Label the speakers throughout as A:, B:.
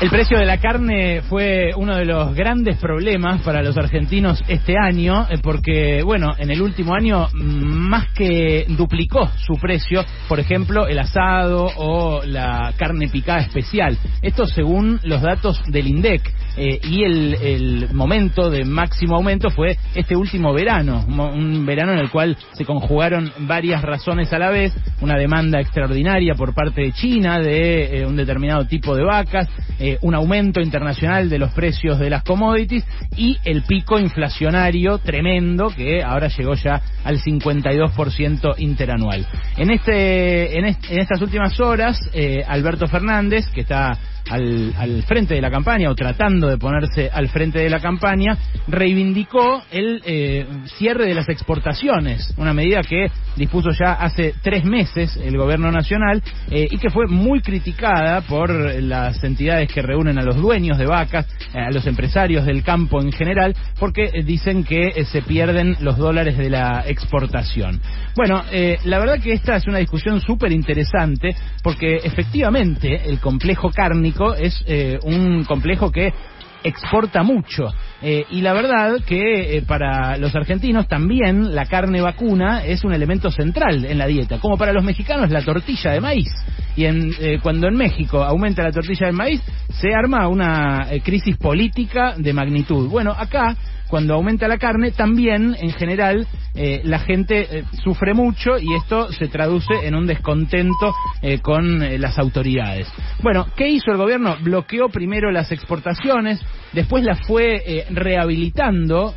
A: El precio de la carne fue uno de los grandes problemas para los argentinos este año, porque, bueno, en el último año más que duplicó su precio, por ejemplo, el asado o la carne picada especial. Esto según los datos del INDEC. Y el momento de máximo aumento fue este último verano, un verano en el cual se conjugaron varias razones a la vez, una demanda extraordinaria por parte de China de un determinado tipo de vacas, un aumento internacional de los precios de las commodities y el pico inflacionario tremendo que ahora llegó ya al 52% interanual. En estas últimas horas, Alberto Fernández, que está al frente de la campaña o tratando de ponerse al frente de la campaña, reivindicó el cierre de las exportaciones, una medida que dispuso ya hace 3 meses el gobierno nacional y que fue muy criticada por las entidades que reúnen a los dueños de vacas, a los empresarios del campo en general, porque dicen que se pierden los dólares de la exportación. Bueno, la verdad que esta es una discusión súper interesante porque efectivamente el complejo cárnico es un complejo que exporta mucho y la verdad que para los argentinos también la carne vacuna es un elemento central en la dieta, como para los mexicanos la tortilla de maíz. Y cuando en México aumenta la tortilla de maíz se arma una crisis política de magnitud. Bueno, acá cuando aumenta la carne, también, en general, la gente sufre mucho y esto se traduce en un descontento con las autoridades. Bueno, ¿qué hizo el gobierno? Bloqueó primero las exportaciones, después las fue rehabilitando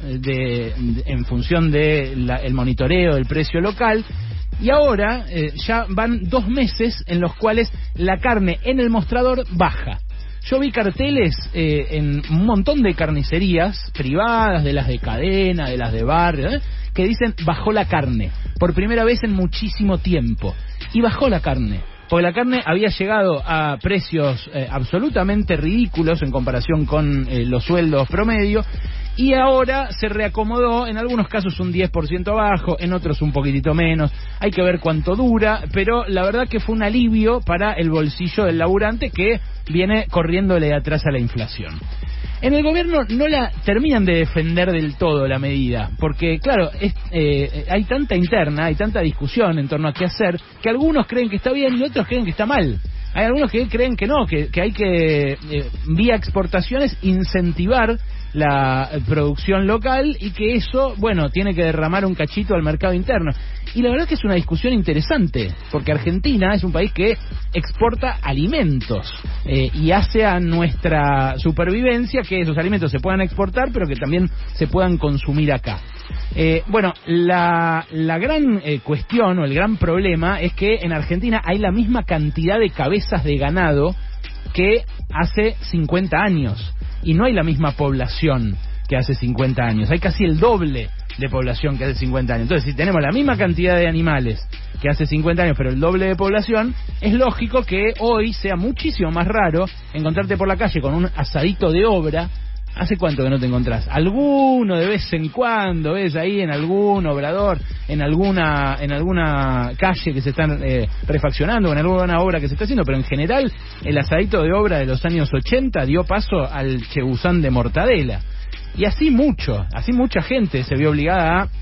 A: en función del monitoreo del precio local. Y ahora ya van 2 meses en los cuales la carne en el mostrador baja. Yo vi carteles en un montón de carnicerías privadas, de las de cadena, de las de barrio, que dicen bajó la carne, por primera vez en muchísimo tiempo. Y bajó la carne, porque la carne había llegado a precios absolutamente ridículos en comparación con los sueldos promedio, y ahora se reacomodó, en algunos casos un 10% abajo, en otros un poquitito menos, hay que ver cuánto dura, pero la verdad que fue un alivio para el bolsillo del laburante que viene corriéndole de atrás a la inflación. En el gobierno no la terminan de defender del todo la medida, porque claro, hay tanta interna, hay tanta discusión en torno a qué hacer, que algunos creen que está bien y otros creen que está mal. Hay algunos que creen que no, que hay que, vía exportaciones, incentivar la producción local y que eso, bueno, tiene que derramar un cachito al mercado interno. Y la verdad que es una discusión interesante, porque Argentina es un país que exporta alimentos y hace a nuestra supervivencia que esos alimentos se puedan exportar, pero que también se puedan consumir acá. Bueno, la gran cuestión o el gran problema es que en Argentina hay la misma cantidad de cabezas de ganado que hace 50 años y no hay la misma población que hace 50 años, hay casi el doble de población que hace 50 años. Entonces, si tenemos la misma cantidad de animales que hace 50 años, pero el doble de población, es lógico que hoy sea muchísimo más raro encontrarte por la calle con un asadito de obra. ¿Hace cuánto que no te encontrás? Alguno de vez en cuando ves ahí en algún obrador, en alguna calle que se están refaccionando, o en alguna obra que se está haciendo, pero en general el asadito de obra de los años 80 dio paso al chebusán de mortadela. Y así mucha gente se vio obligada a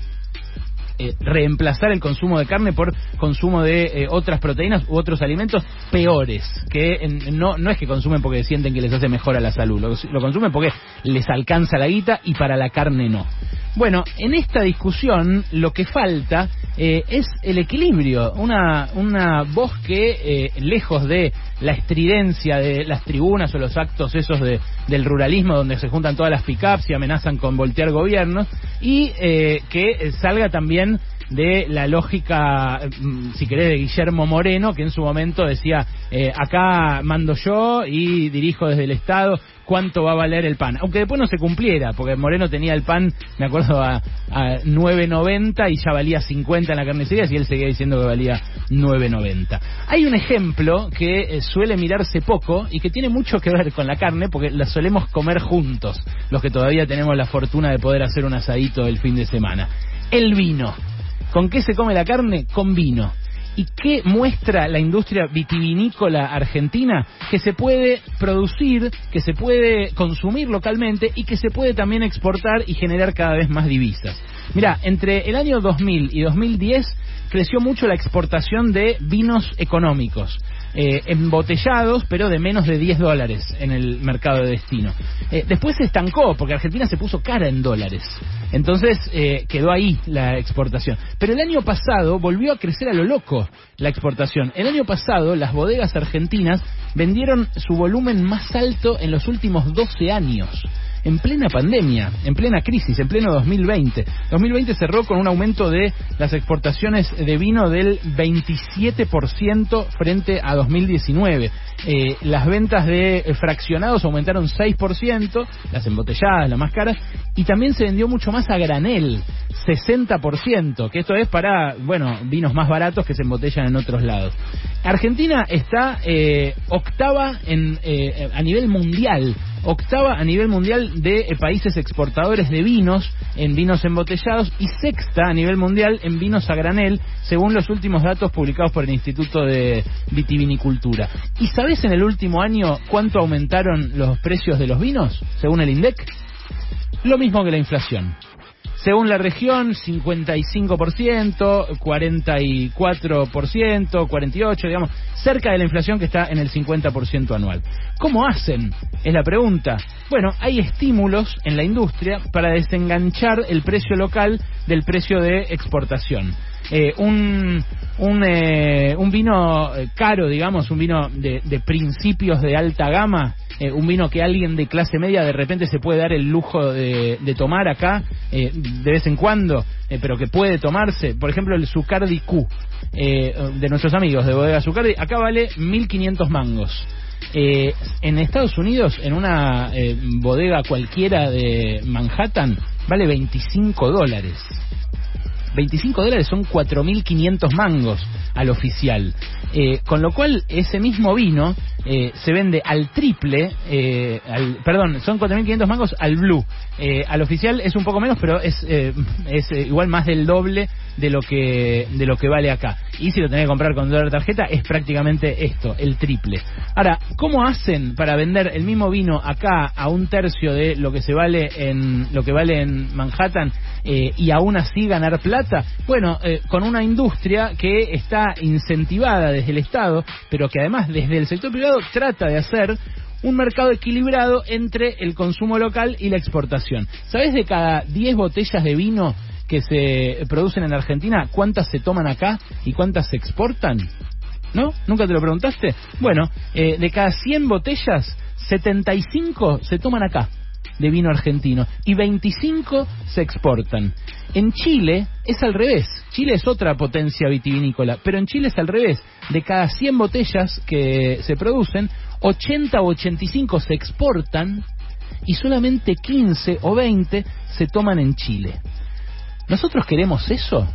A: reemplazar el consumo de carne por consumo de otras proteínas u otros alimentos peores, que no es que consumen porque sienten que les hace mejor a la salud, lo consumen porque les alcanza la guita y para la carne no. Bueno, en esta discusión lo que falta es el equilibrio, una voz que lejos de la estridencia de las tribunas o los actos esos del ruralismo donde se juntan todas las pick-ups y amenazan con voltear gobiernos, y que salga también de la lógica, si querés, de Guillermo Moreno, que en su momento decía, acá mando yo y dirijo desde el Estado, ¿cuánto va a valer el pan? Aunque después no se cumpliera, porque Moreno tenía el pan, me acuerdo, a 9.90 y ya valía 50 en la carnicería, y él seguía diciendo que valía 9.90. Hay un ejemplo que suele mirarse poco y que tiene mucho que ver con la carne, porque la solemos comer juntos, los que todavía tenemos la fortuna de poder hacer un asadito el fin de semana. El vino. ¿Con qué se come la carne? Con vino. ¿Y qué muestra la industria vitivinícola argentina? Que se puede producir, que se puede consumir localmente y que se puede también exportar y generar cada vez más divisas. Mirá, entre el año 2000 y 2010 creció mucho la exportación de vinos económicos, embotellados, pero de menos de $10 en el mercado de destino. Después se estancó, porque Argentina se puso cara en dólares. Entonces quedó ahí la exportación. Pero el año pasado volvió a crecer a lo loco la exportación. El año pasado las bodegas argentinas vendieron su volumen más alto en los últimos 12 años. En plena pandemia, en plena crisis, en pleno 2020. 2020 cerró con un aumento de las exportaciones de vino del 27% frente a 2019. Las ventas de fraccionados aumentaron 6%, las embotelladas, las más caras, y también se vendió mucho más a granel, 60%, que esto es para, bueno, vinos más baratos que se embotellan en otros lados. Argentina está octava a nivel mundial de países exportadores de vinos, en vinos embotellados, y sexta a nivel mundial en vinos a granel, según los últimos datos publicados por el Instituto de Vitivinicultura. ¿Y sabés en el último año cuánto aumentaron los precios de los vinos, según el INDEC? Lo mismo que la inflación. Según la región, 55%, 44%, 48%, digamos, cerca de la inflación que está en el 50% anual. ¿Cómo hacen? Es la pregunta. Bueno, hay estímulos en la industria para desenganchar el precio local del precio de exportación. Un vino caro, digamos, un vino de principios de alta gama, un vino que alguien de clase media de repente se puede dar el lujo de tomar acá de vez en cuando, pero que puede tomarse, por ejemplo el Zucardi Q de nuestros amigos de Bodega Zucardi, acá vale 1.500 mangos. En Estados Unidos, en una bodega cualquiera de Manhattan, vale $25. $25 son 4.500 mangos al oficial. Con lo cual, ese mismo vino se vende al triple, son 4.500 mangos al blue. Al oficial es un poco menos, pero es igual más del doble de lo que vale acá. Y si lo tenés que comprar con dólar tarjeta, es prácticamente esto, el triple. Ahora, ¿cómo hacen para vender el mismo vino acá a un tercio de lo que vale en Manhattan y aún así ganar plata? Bueno, con una industria que está incentivada desde el Estado, pero que además desde el sector privado trata de hacer un mercado equilibrado entre el consumo local y la exportación. ¿Sabés de cada 10 botellas de vino que se producen en Argentina, cuántas se toman acá y cuántas se exportan? ¿No? ¿Nunca te lo preguntaste? Bueno, de cada 100 botellas, 75 se toman acá, de vino argentino, y 25 se exportan. En Chile es al revés. Chile es otra potencia vitivinícola, pero en Chile es al revés. De cada 100 botellas que se producen, 80 o 85 se exportan y solamente 15 o 20 se toman en Chile. ¿Nosotros queremos eso?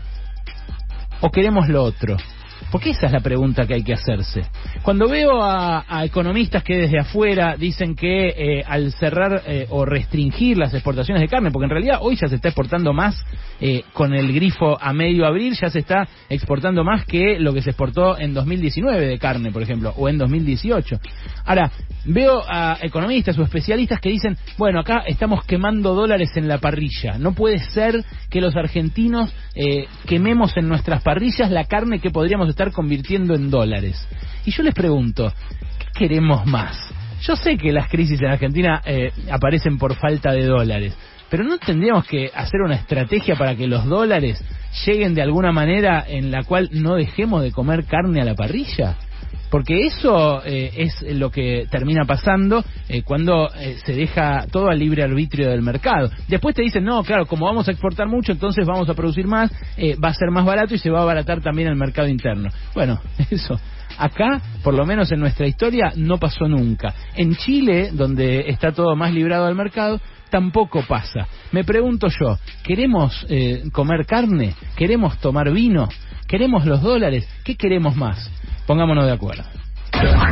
A: ¿O queremos lo otro? Porque esa es la pregunta que hay que hacerse. Cuando veo a economistas que desde afuera dicen que al cerrar o restringir las exportaciones de carne, porque en realidad hoy ya se está exportando más con el grifo a medio abril, ya se está exportando más que lo que se exportó en 2019 de carne, por ejemplo, o en 2018. Ahora, veo a economistas o especialistas que dicen, bueno, acá estamos quemando dólares en la parrilla. No puede ser que los argentinos quememos en nuestras parrillas la carne que podríamos estar convirtiendo en dólares. Y yo les pregunto, ¿qué queremos más? Yo sé que las crisis en Argentina aparecen por falta de dólares, pero ¿no tendríamos que hacer una estrategia para que los dólares lleguen de alguna manera en la cual no dejemos de comer carne a la parrilla? Porque eso es lo que termina pasando cuando se deja todo al libre arbitrio del mercado. Después te dicen, no, claro, como vamos a exportar mucho, entonces vamos a producir más, va a ser más barato y se va a abaratar también el mercado interno. Bueno, eso acá, por lo menos en nuestra historia, no pasó nunca. En Chile, donde está todo más librado al mercado, tampoco pasa. Me pregunto yo, ¿queremos comer carne? ¿Queremos tomar vino? ¿Queremos los dólares? ¿Qué queremos más? Pongámonos de acuerdo.